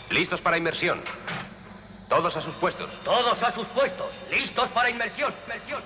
Listos para inmersión. Todos a sus puestos. Todos a sus puestos. Listos para inmersión. Inmersión.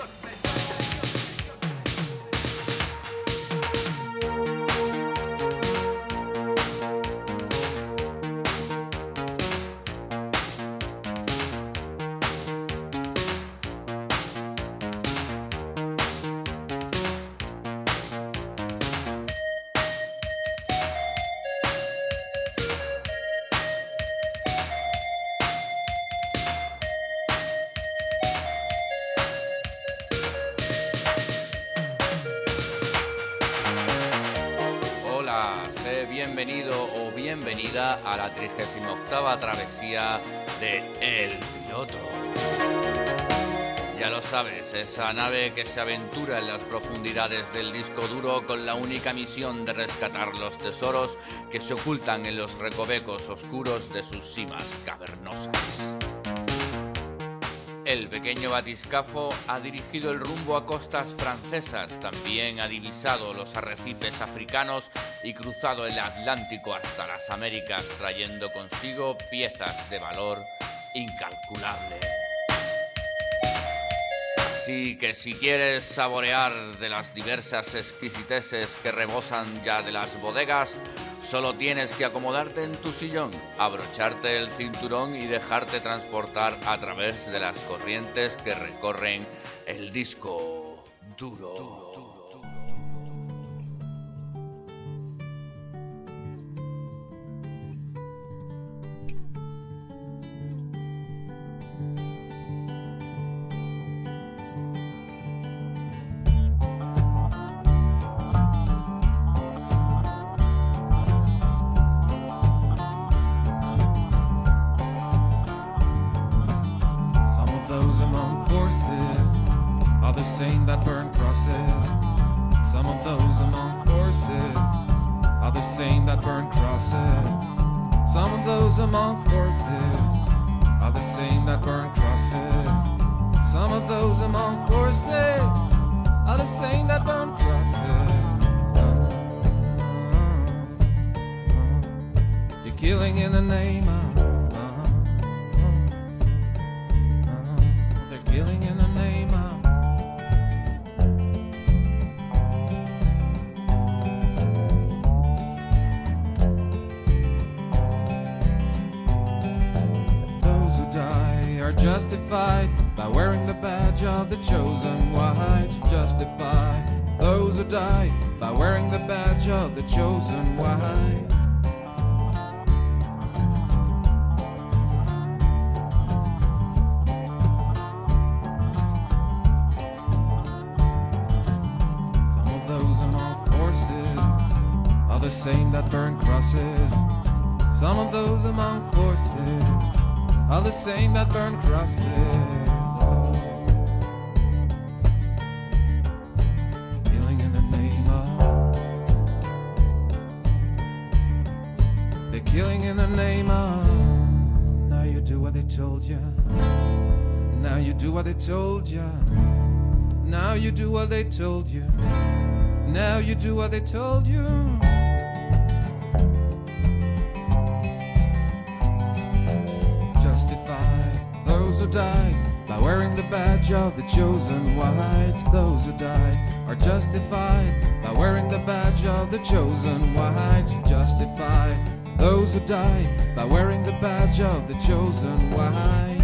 Bienvenido o bienvenida a la 38ª travesía de El Piloto. Ya lo sabes, esa nave que se aventura en las profundidades del disco duro con la única misión de rescatar los tesoros que se ocultan en los recovecos oscuros de sus cimas cavernosas. El pequeño batiscafo ha dirigido el rumbo a costas francesas, también ha divisado los arrecifes africanos y cruzado el Atlántico hasta las Américas, trayendo consigo piezas de valor incalculable. Así que si quieres saborear de las diversas exquisiteces que rebosan ya de las bodegas, solo tienes que acomodarte en tu sillón, abrocharte el cinturón y dejarte transportar a través de las corrientes que recorren el disco duro. Same that burn crosses. Some of those among horses are the same that burn crosses. Some of those among horses are the same that burn crosses. Some of those among horses are the same that burn crosses. You're killing in the name of. They're killing in the name of. Justified by wearing the badge of the chosen white. Justified those who die by wearing the badge of the chosen white. Some of those among horses are the same that burn crosses. Some of those among horses are the same that burn crosses. Killing in the name of. They're killing in the name of. Now you do what they told you. Now you do what they told you. Now you do what they told you. Now you do what they told you. Those who die by wearing the badge of the chosen whites. Those who die are justified by wearing the badge of the chosen whites. Justified those who die by wearing the badge of the chosen whites.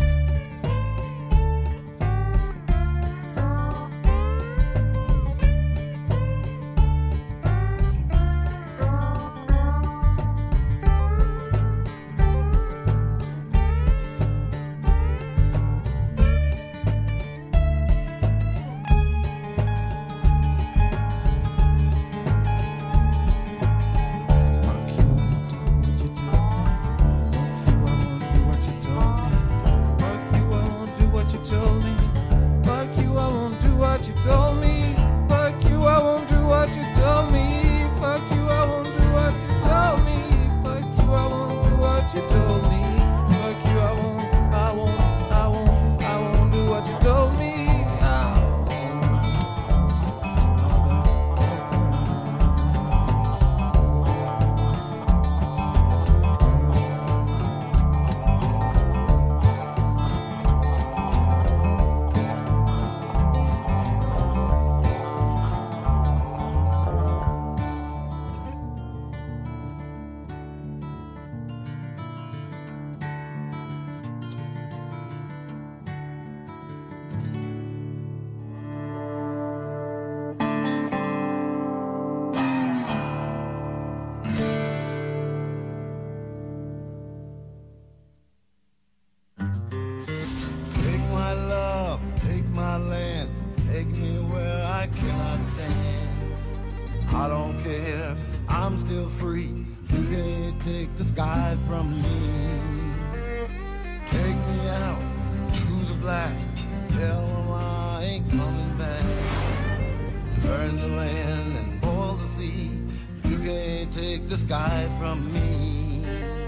care, I'm still free. You can't take the sky from me. Take me out to the black, tell them I ain't coming back. Burn the land and boil the sea. You can't take the sky from me.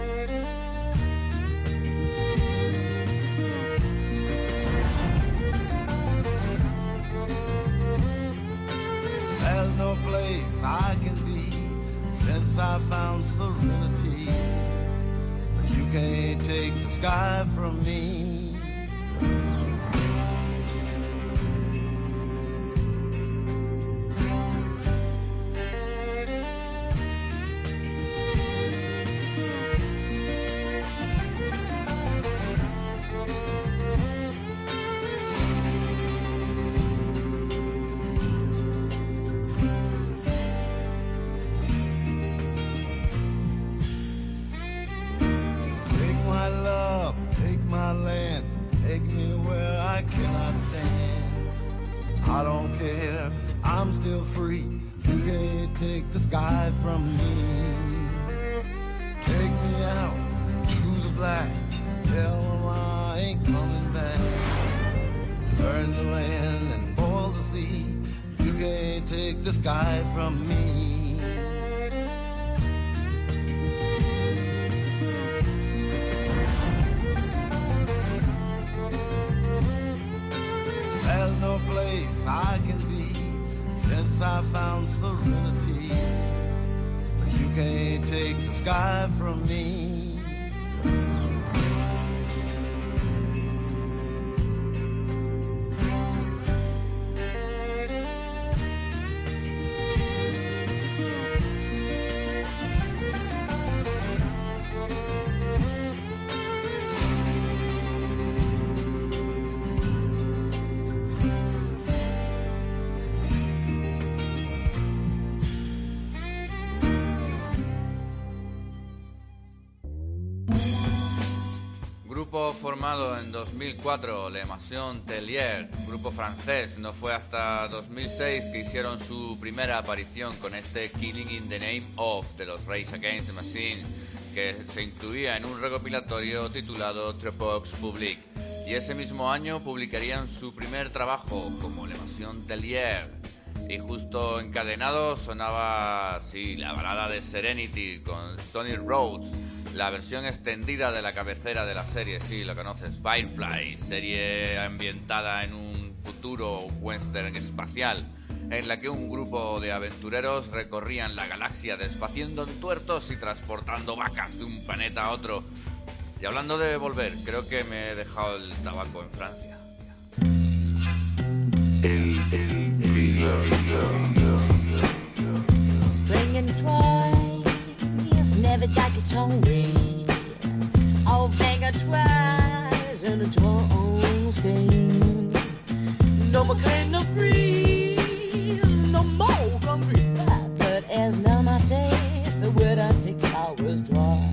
There's no place I can be since I found serenity. But you can't take the sky from me. I don't care, I'm still free. You can't take the sky from me. Take me out to the black, tell them I ain't coming back. Burn the land and boil the sea. You can't take the sky from me. There's no place I can be since I found serenity. But you can't take the sky from me. Formado en 2004, Le Maison Tellier, grupo francés. No fue hasta 2006 que hicieron su primera aparición con este Killing in the Name of de los Rage Against the Machine, que se incluía en un recopilatorio titulado Trepox Public, y ese mismo año publicarían su primer trabajo como Le Maison Tellier. Y justo encadenado sonaba así la balada de Serenity con Sonny Rhodes, la versión extendida de la cabecera de la serie, sí, lo conoces, Firefly, serie ambientada en un futuro western espacial, en la que un grupo de aventureros recorrían la galaxia desfaciendo entuertos y transportando vacas de un planeta a otro. Y hablando de volver, creo que me he dejado el tabaco en Francia. Drinking twice, never like a tongue ring. Oh, bang a twice and a tongue stain. No more clean, no breeze, no more hungry fat. But as now my taste, the winter takes hours dry.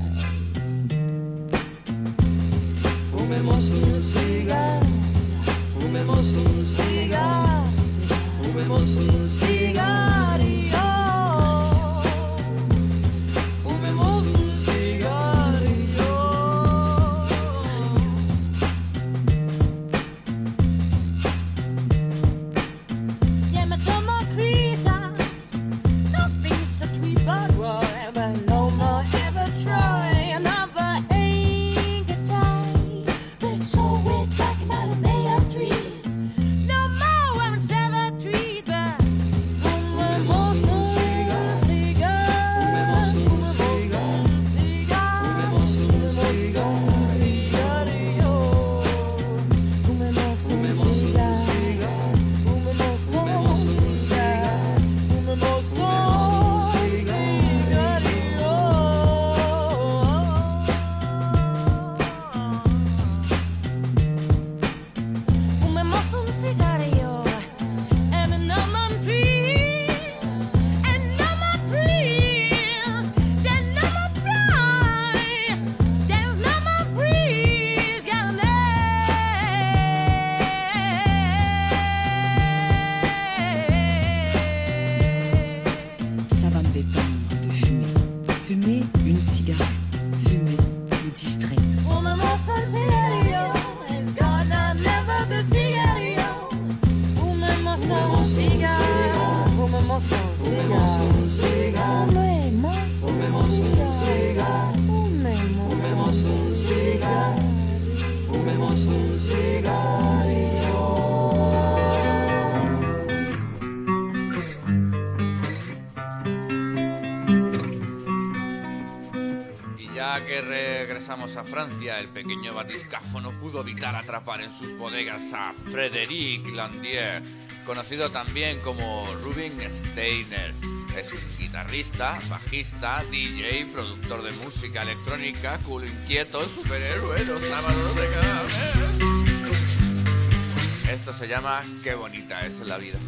Fumemos un cigarros, fumemos un cigarros, fumemos un cigarrillo. Fumemos un cigarrillo. Yeah, me tomo prisa, nothing's a tweet but right, but no more ever try. Another ain't get tight, but so we're talking about a mayor trees. No more having seven trees, but fumemos un cigarro. Fumemos un cigarro. Fumemos un cigarrillo. Fumemos un cigarro. Fumemos un cigarro. Fumemos un cigarrillo. Fumemos un cigarrillo. And a number please. And number please. Then number pride. There's number distrait. Fumemos un cigarrillo, es gonna never the cigarrillo. Fumemos un cigarro, fumemos un cigarro. Fumemos un cigarro, fumemos un cigarro, fumemos un cigarrillo. Ya que regresamos a Francia, el pequeño batiscafo no pudo evitar atrapar en sus bodegas a Frédéric Landier, conocido también como Rubin Steiner. Es un guitarrista, bajista, DJ, productor de música electrónica, culo inquieto, superhéroe, los sábados de cada mes. Esto se llama Qué bonita es la vida.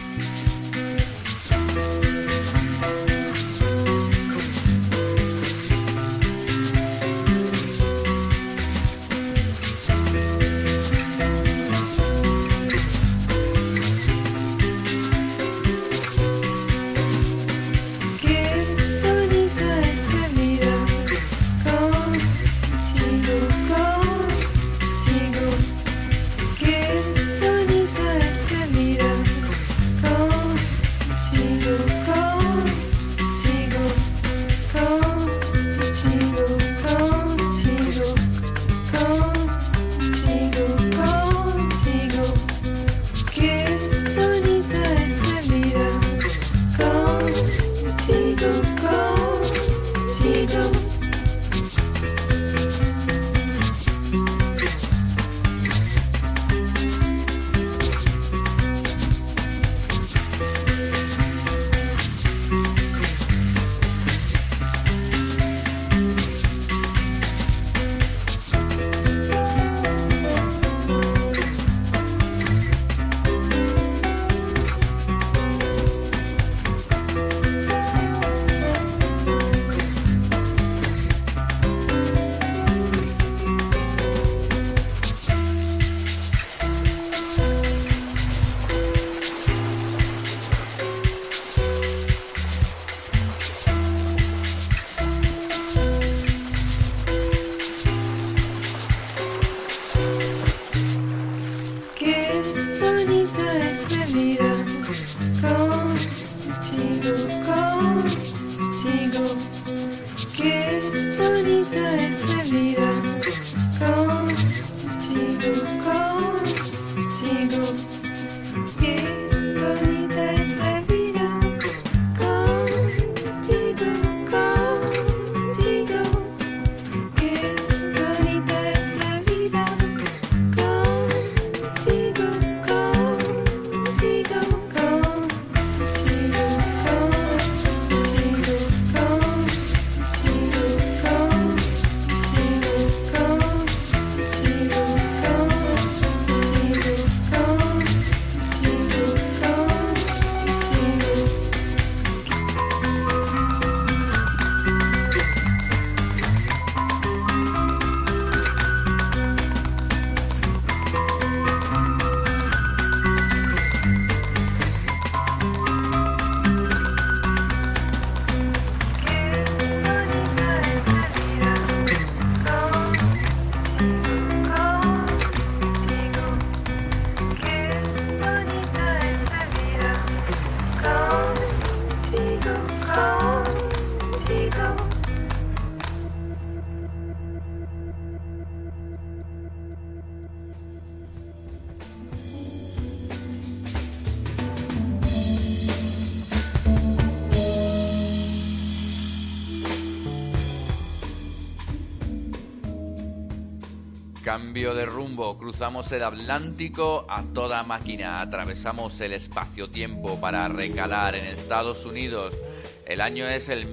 Cambio de rumbo, cruzamos el Atlántico a toda máquina, atravesamos el espacio-tiempo para recalar en Estados Unidos. El año es el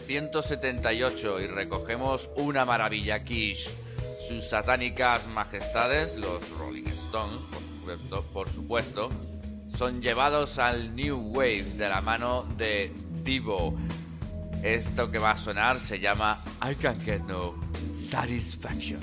1978 y recogemos una maravilla Kiss. Sus satánicas majestades, los Rolling Stones, por supuesto, son llevados al New Wave de la mano de Devo. Esto que va a sonar se llama I Can't Get No Satisfaction.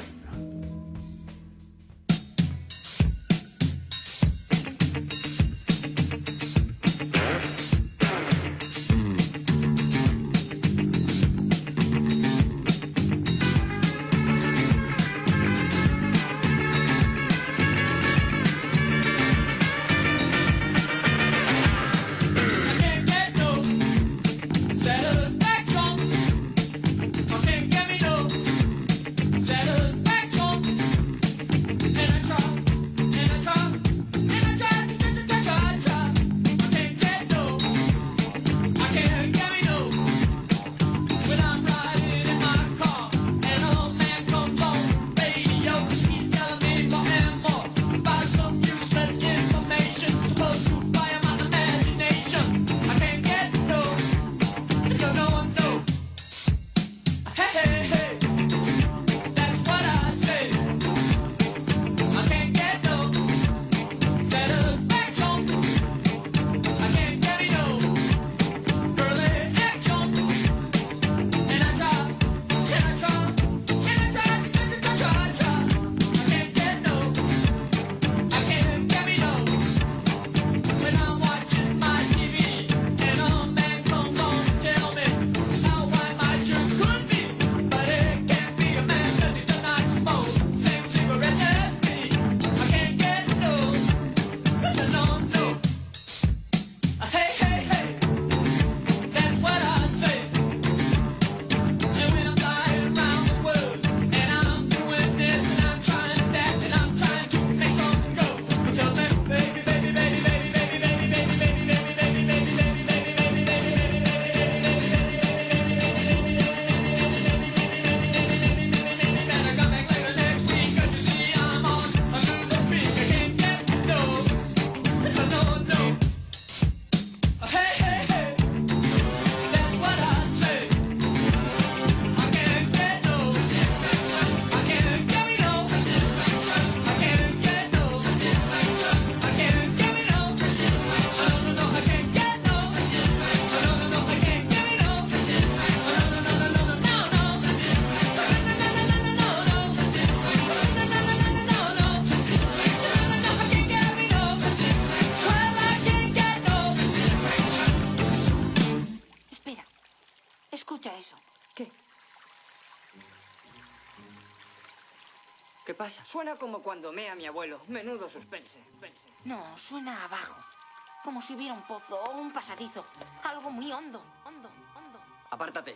¿Qué pasa? Suena como cuando mea mi abuelo. Menudo suspense. No, suena abajo. Como si hubiera un pozo o un pasadizo. Algo muy hondo. Apártate.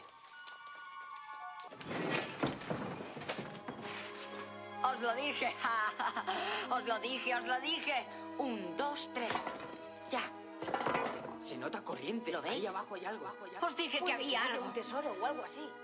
Os lo dije. Os lo dije. 1, 2, 3. Ya. Se nota corriente. ¿Lo veis? Ahí abajo hay algo. Os dije que había Puede algo. un tesoro o algo así.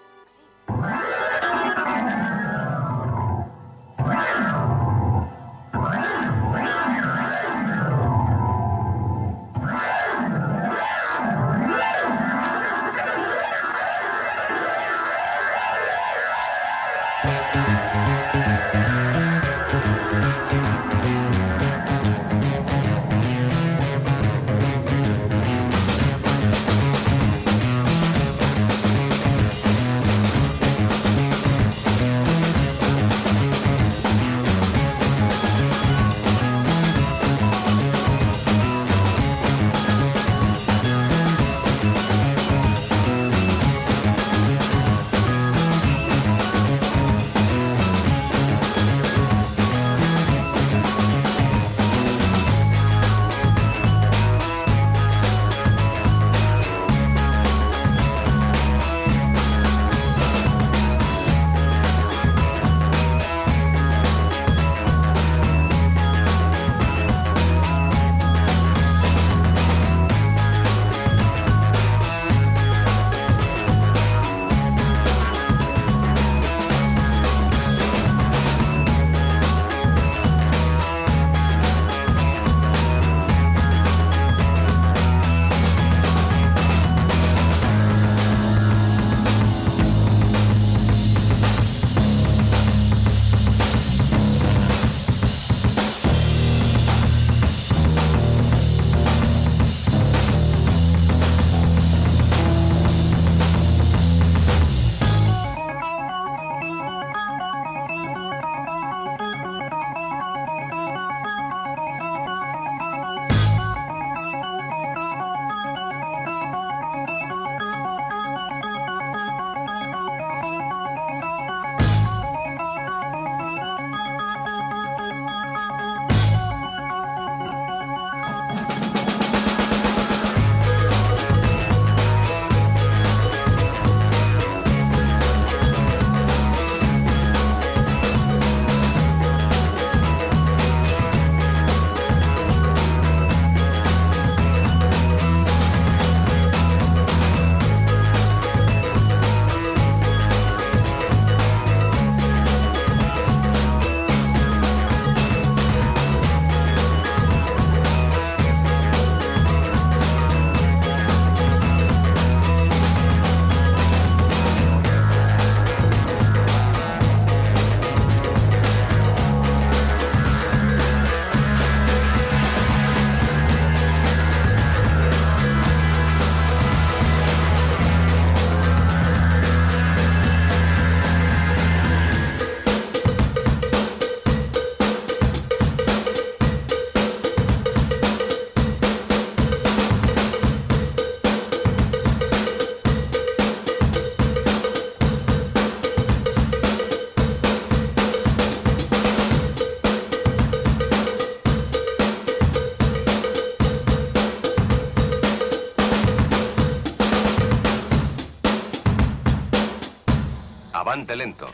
Avante lento.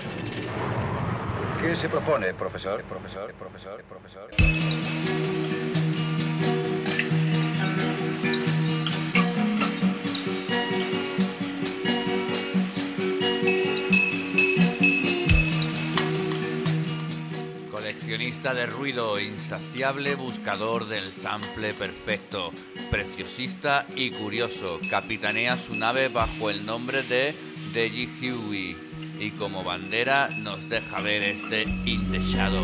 ¿Qué se propone, profesor? Profesor. Coleccionista de ruido, insaciable buscador del sample perfecto, preciosista y curioso, capitanea su nave bajo el nombre de Deji Huey y como bandera nos deja ver este In the Shadow.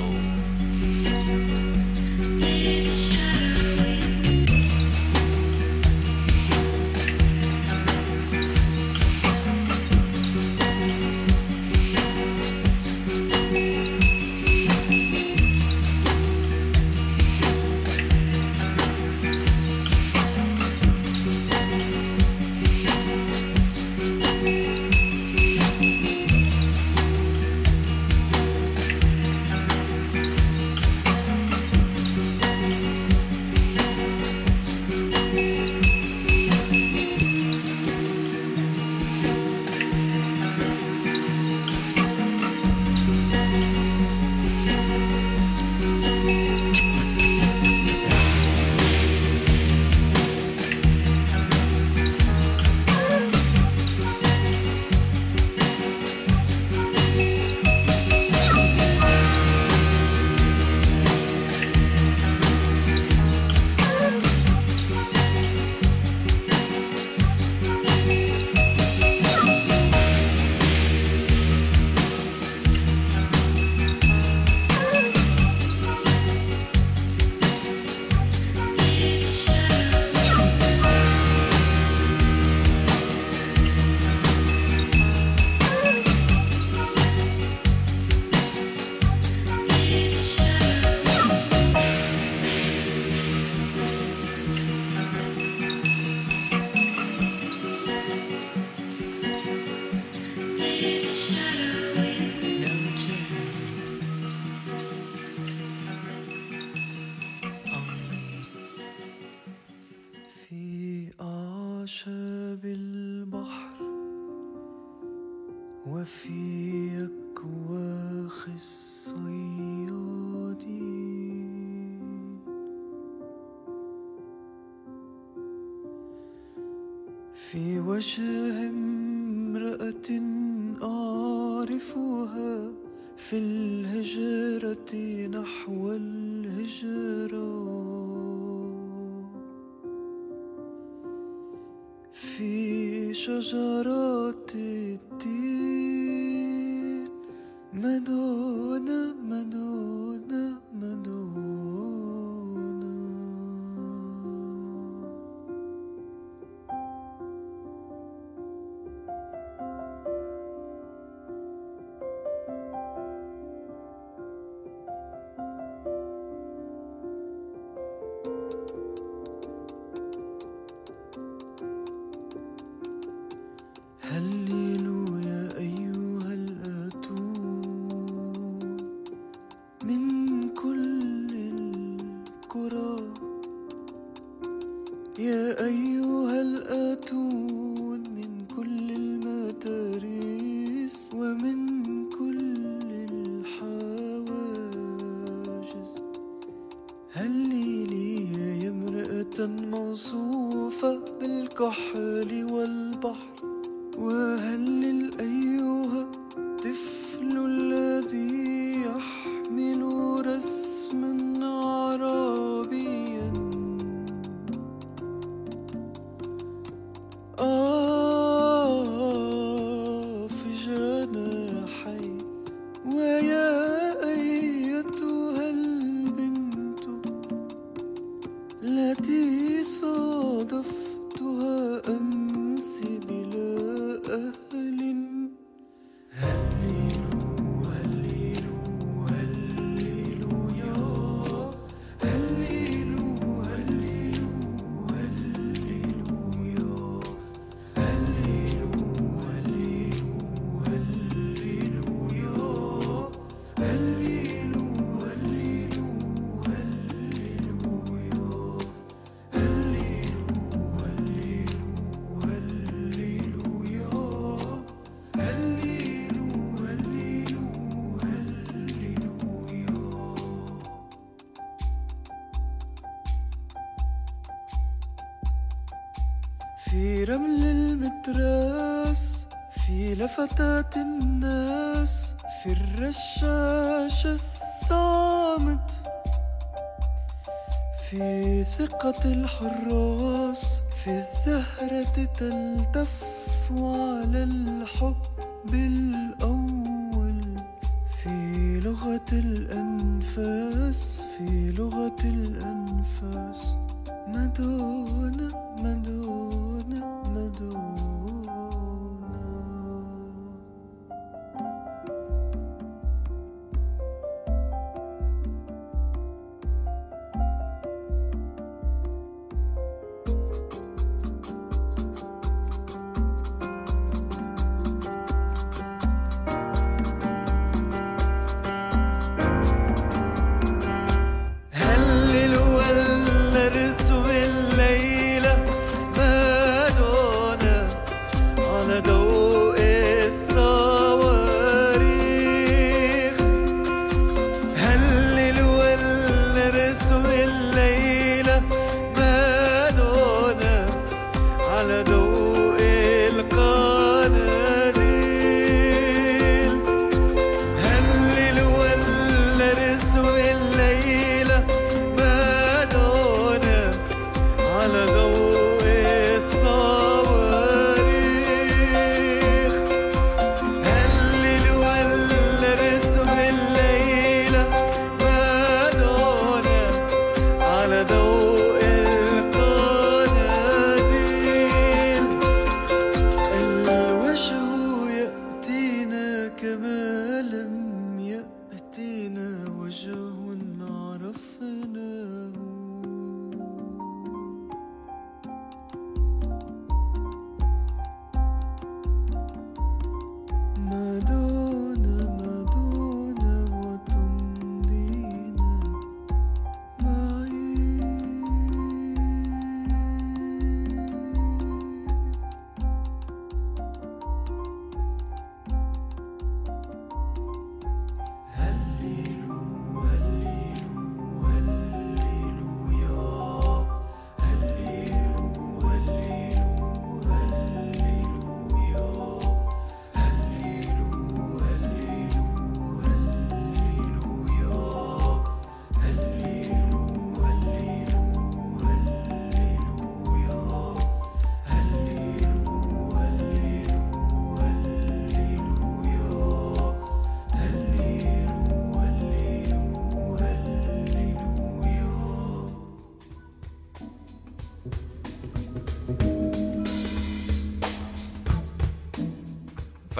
في وجه امرأة أعرفها في الهجرة نحو الهجرة في شجرات التين مادونا مادونا مادونا. هللويا أيها الآتون من كل القرى، يا أيها الآتون من كل المدارس ومن كل الحواجز. هللي يا امرأة موصوفة بالكحل والبحر، وهلل أيها الطفل الذي يحمل رسما عربيا. في جناحي، ويا أيتها البنت التي صادفتها أمس بلا أهل. هللو هللو هللو يا هللو هللو هللو يا هللو هللو هللو يا هللو هللو هللو يا في رمل المتراس، في لفتات الناس، في الرشاش الصامت، في ثقة الحراس، في الزهرة تلتف على الحب الأول، في لغة الأنفاس، في لغة الأنفاس. مادونا مادونا مادونا.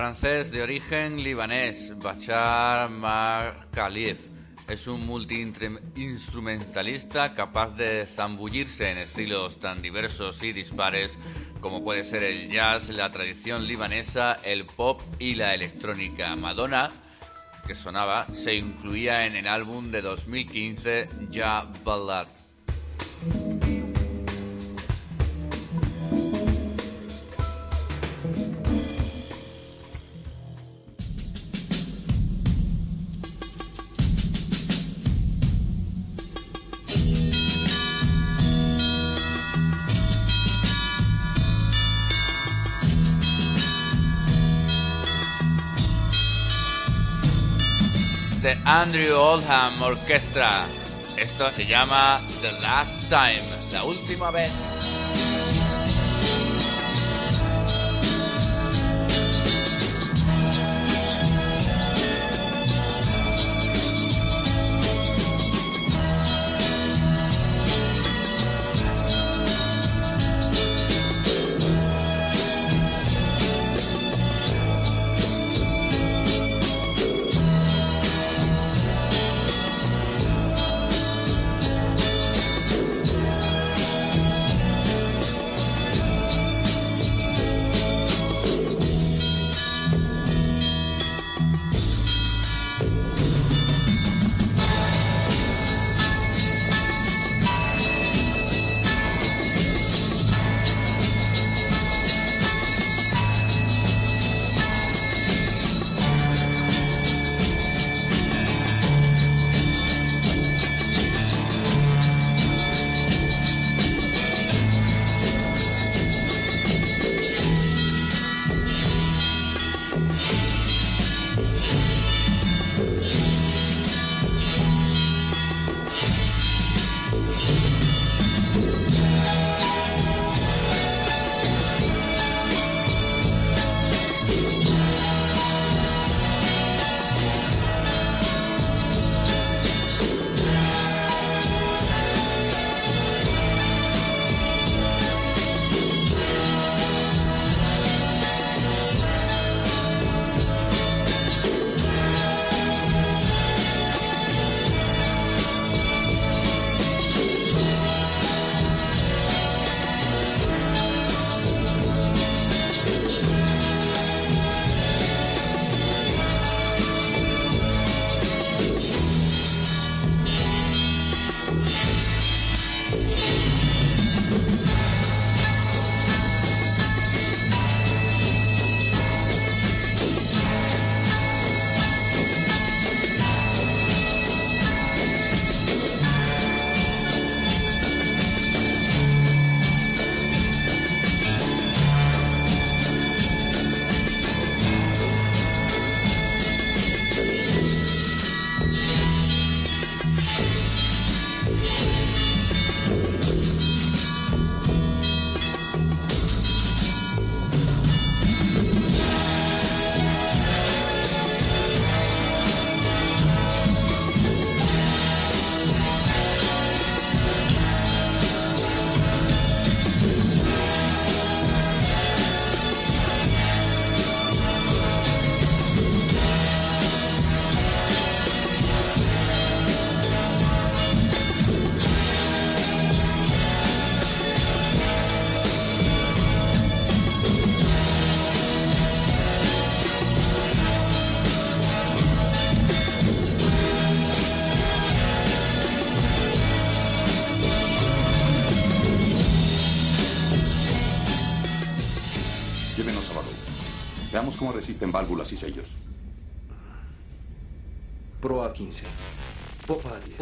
francés de origen libanés, Bachar Makhalif, es un multi-instrumentalista capaz de zambullirse en estilos tan diversos y dispares como puede ser el jazz, la tradición libanesa, el pop y la electrónica. Madonna, que sonaba, se incluía en el álbum de 2015 Ja Ballad. The Andrew Oldham Orchestra. Esto se llama The Last Time, la última vez. Veamos cómo resisten válvulas y sellos. Proa 15. Popa 10.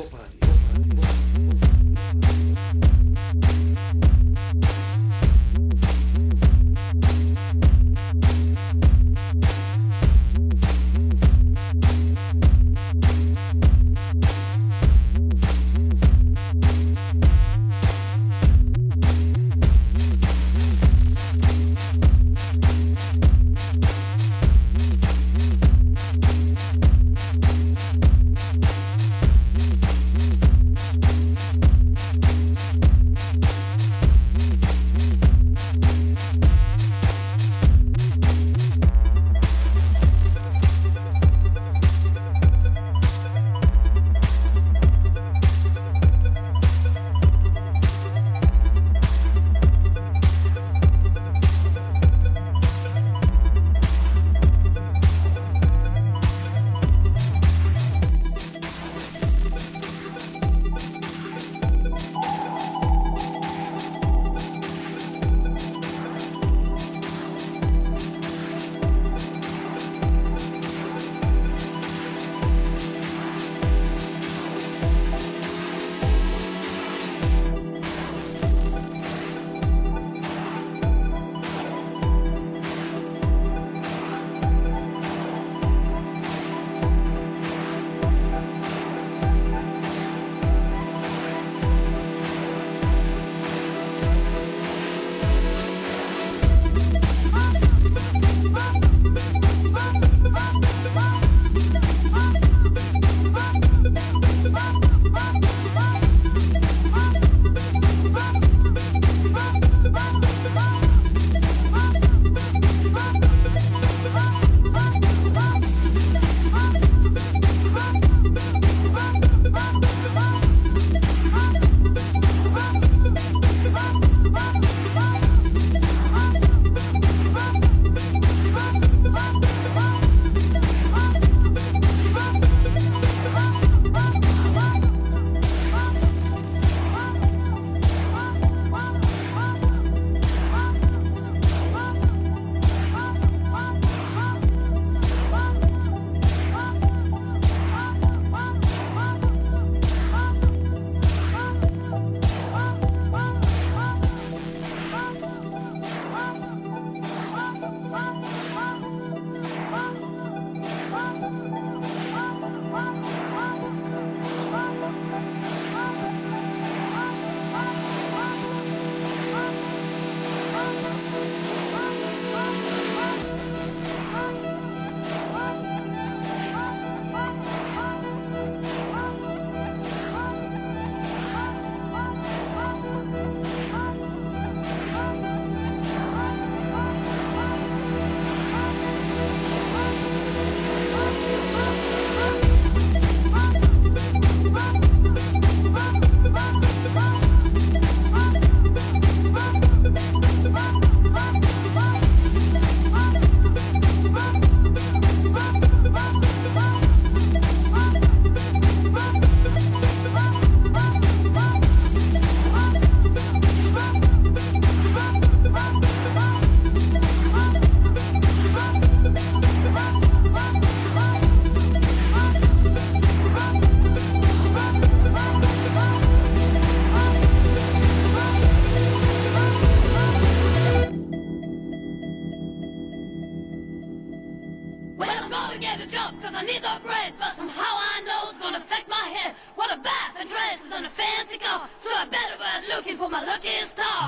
but somehow I know it's gonna affect my head. What a bath and dress is on a fancy car, so I better go out looking for my lucky star.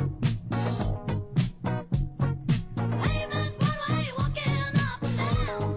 Walking up and down.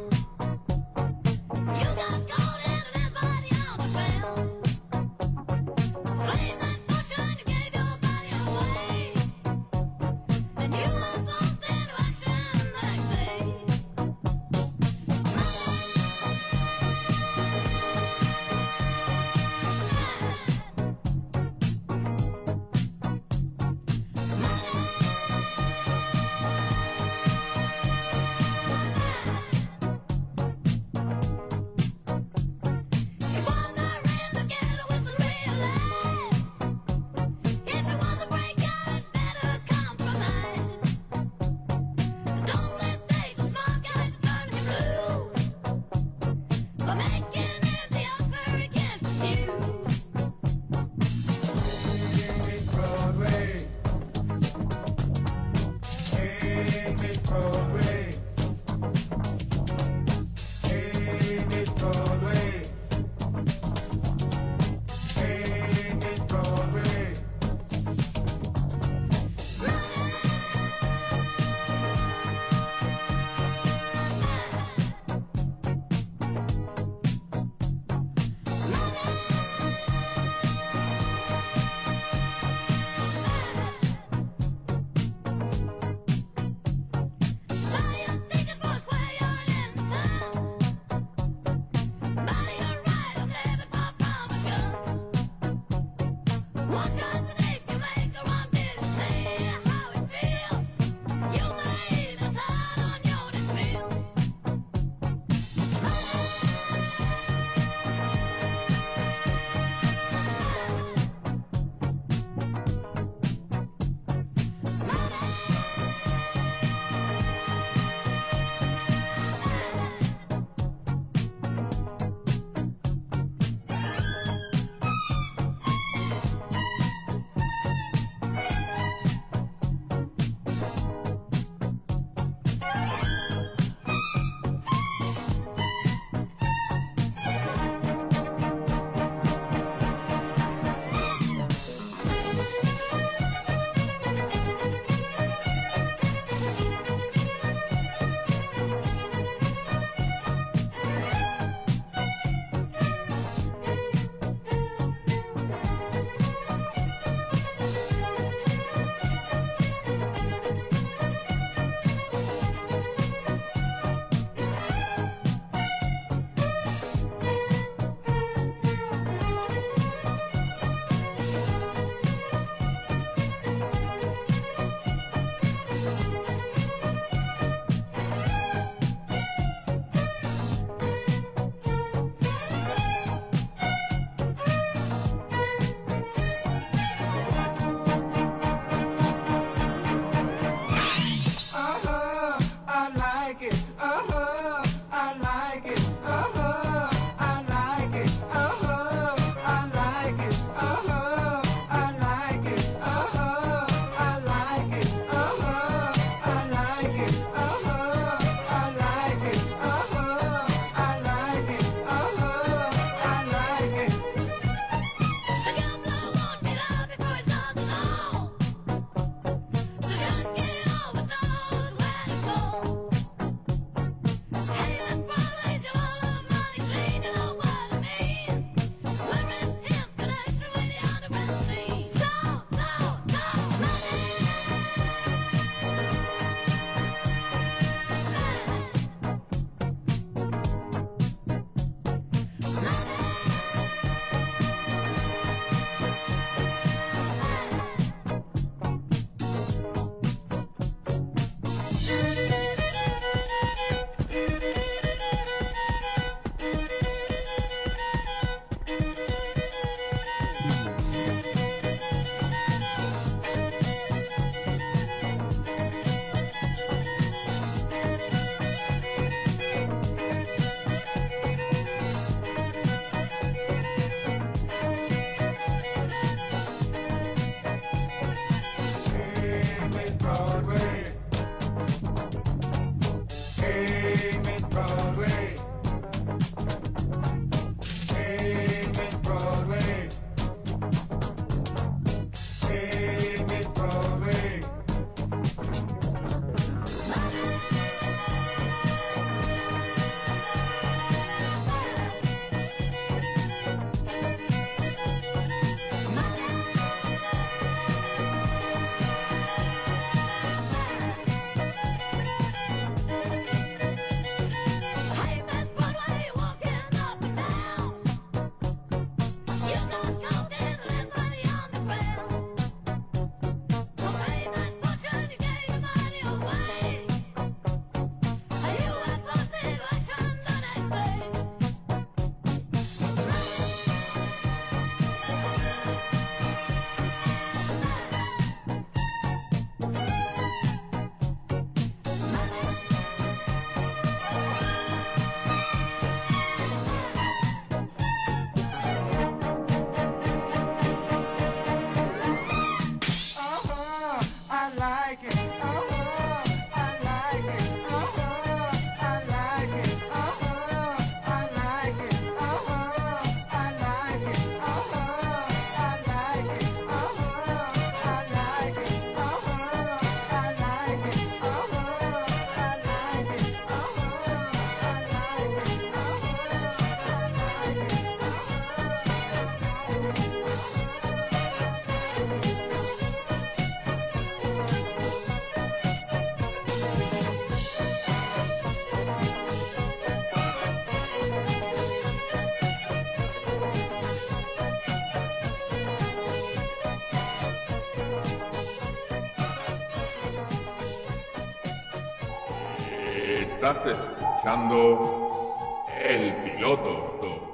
Estás escuchando El Piloto.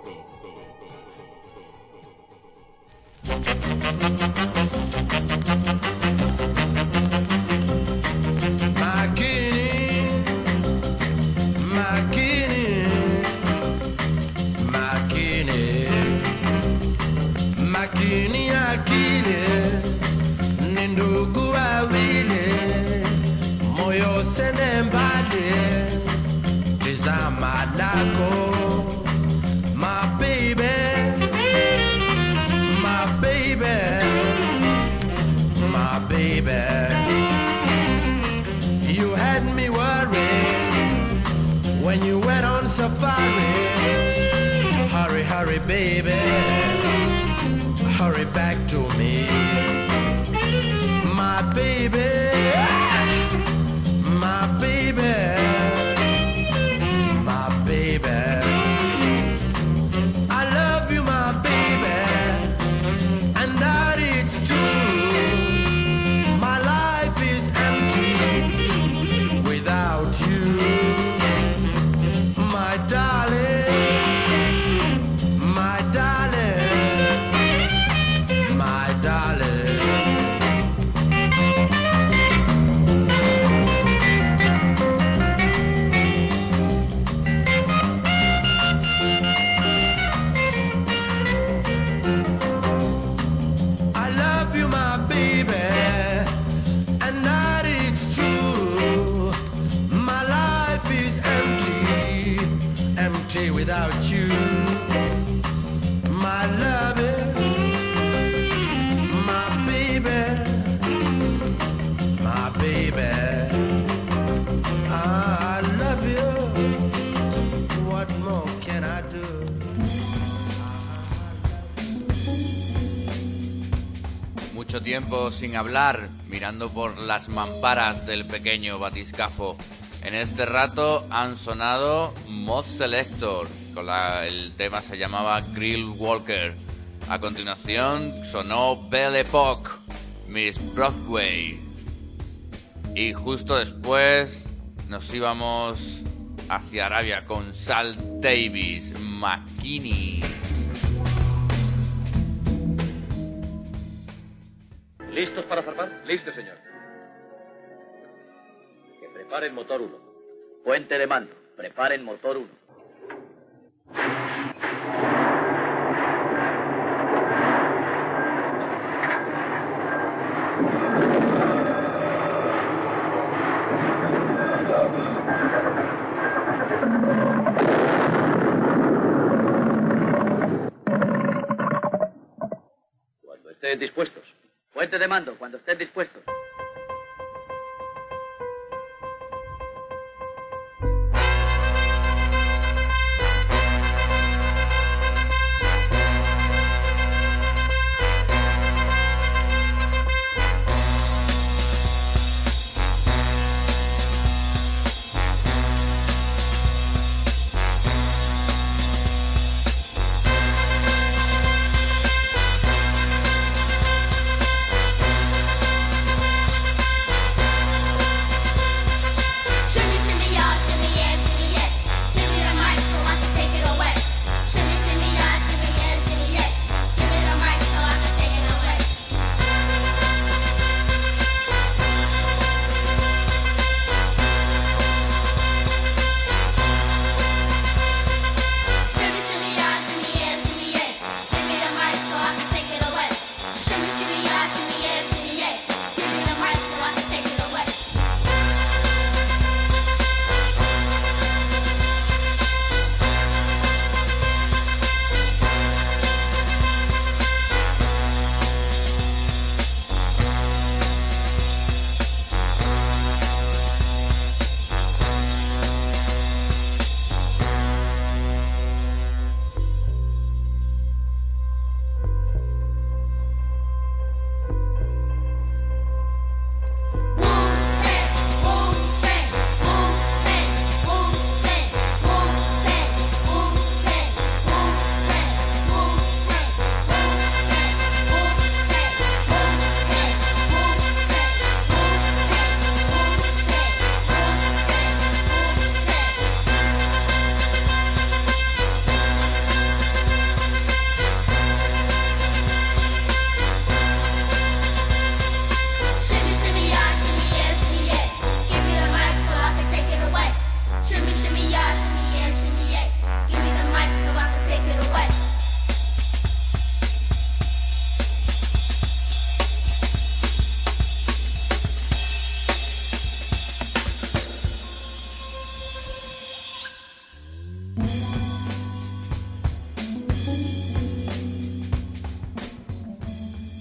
Makini akili ni ndugu wawili, moyo sende mbali, tizama lako my baby, my baby, my baby. You had me worried when you went on safari. Hurry, hurry, baby, hurry back to me, my baby, my baby, my baby. I love you, my baby, and that it's true. My life is empty without you, my darling, my darling. Without you, my loving, my baby, my baby. I love you. What more can I do? Mucho tiempo sin hablar, mirando por las mamparas del pequeño batiscafo. En este rato han sonado Mod Selector, el tema se llamaba Grill Walker. A continuación sonó Belle Époque, Miss Broadway. Y justo después nos íbamos hacia Arabia con Sal Davis, Makini. ¿Listos para zarpar? Listo, señor. Que preparen motor 1. Puente de mando. Preparen motor 1. Cuando estén dispuestos. Puente de mando, cuando estén dispuestos.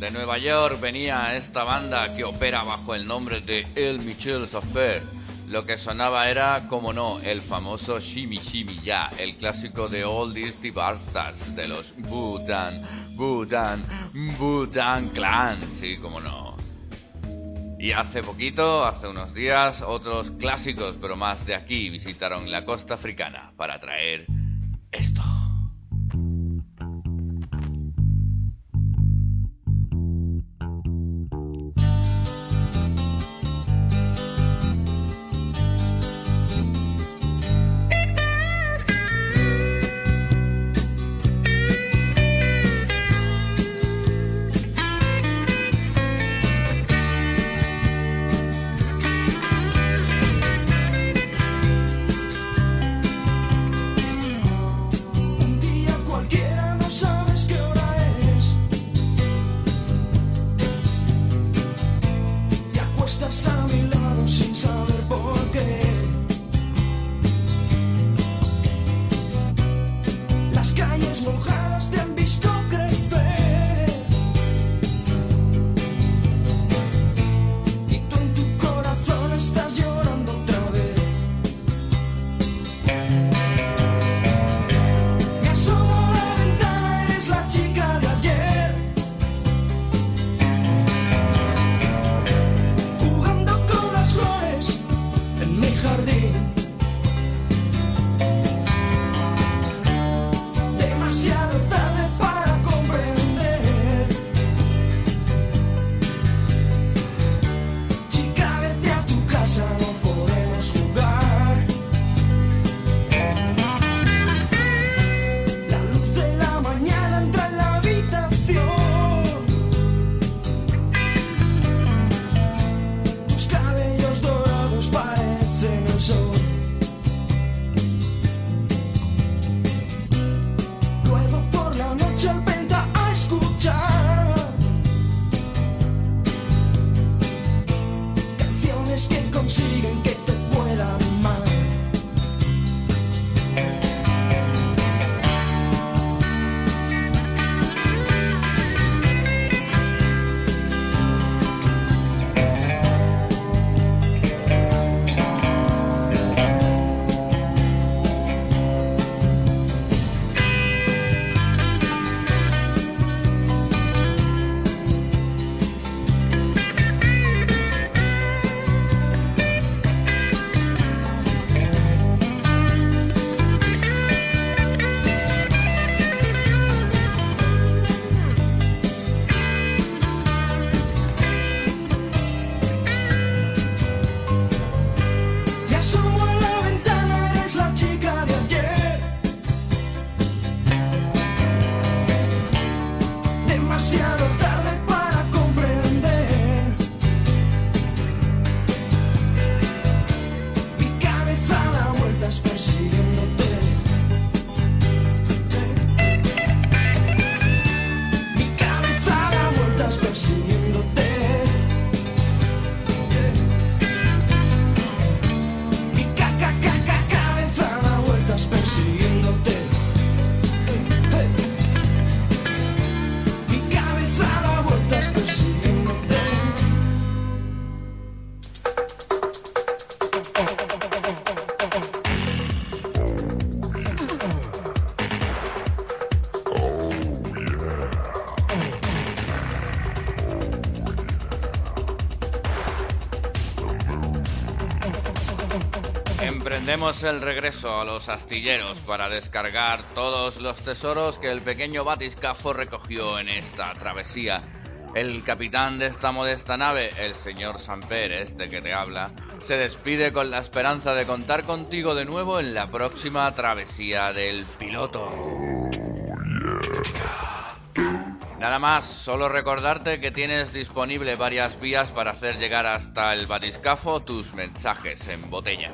De Nueva York venía esta banda que opera bajo el nombre de El Michel Affair. Lo que sonaba era, como no, el famoso Shimmy Shimmy Ya, el clásico de Oldies y Barstars de los Wu-Tang Clan, sí, como no. Y hace poquito, hace unos días, otros clásicos, pero más de aquí, visitaron la costa africana para traer esto. Emprendemos el regreso a los astilleros para descargar todos los tesoros que el pequeño batiscafo recogió en esta travesía. El capitán de esta modesta nave, el señor Samper, este que te habla, se despide con la esperanza de contar contigo de nuevo en la próxima travesía del piloto. Nada más, solo recordarte que tienes disponible varias vías para hacer llegar hasta el batiscafo tus mensajes en botella.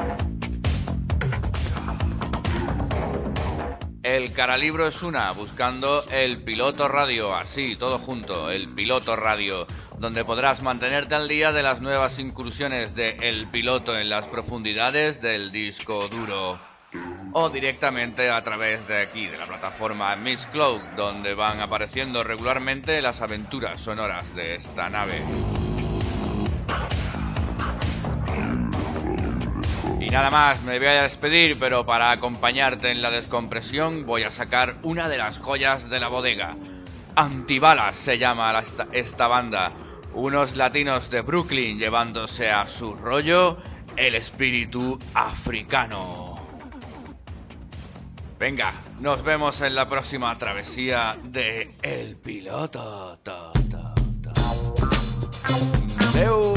El Caralibro es una, buscando El Piloto Radio, así, todo junto, El Piloto Radio, donde podrás mantenerte al día de las nuevas incursiones de El Piloto en las profundidades del disco duro. o directamente a través de aquí, de la plataforma Mixcloud, donde van apareciendo regularmente las aventuras sonoras de esta nave. Y nada más, me voy a despedir, pero para acompañarte en la descompresión voy a sacar una de las joyas de la bodega. Antibalas se llama esta banda, unos latinos de Brooklyn llevándose a su rollo el espíritu africano. Venga, nos vemos en la próxima travesía de El Piloto. Adeu.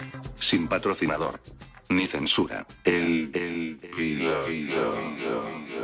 Sin patrocinador ni censura. El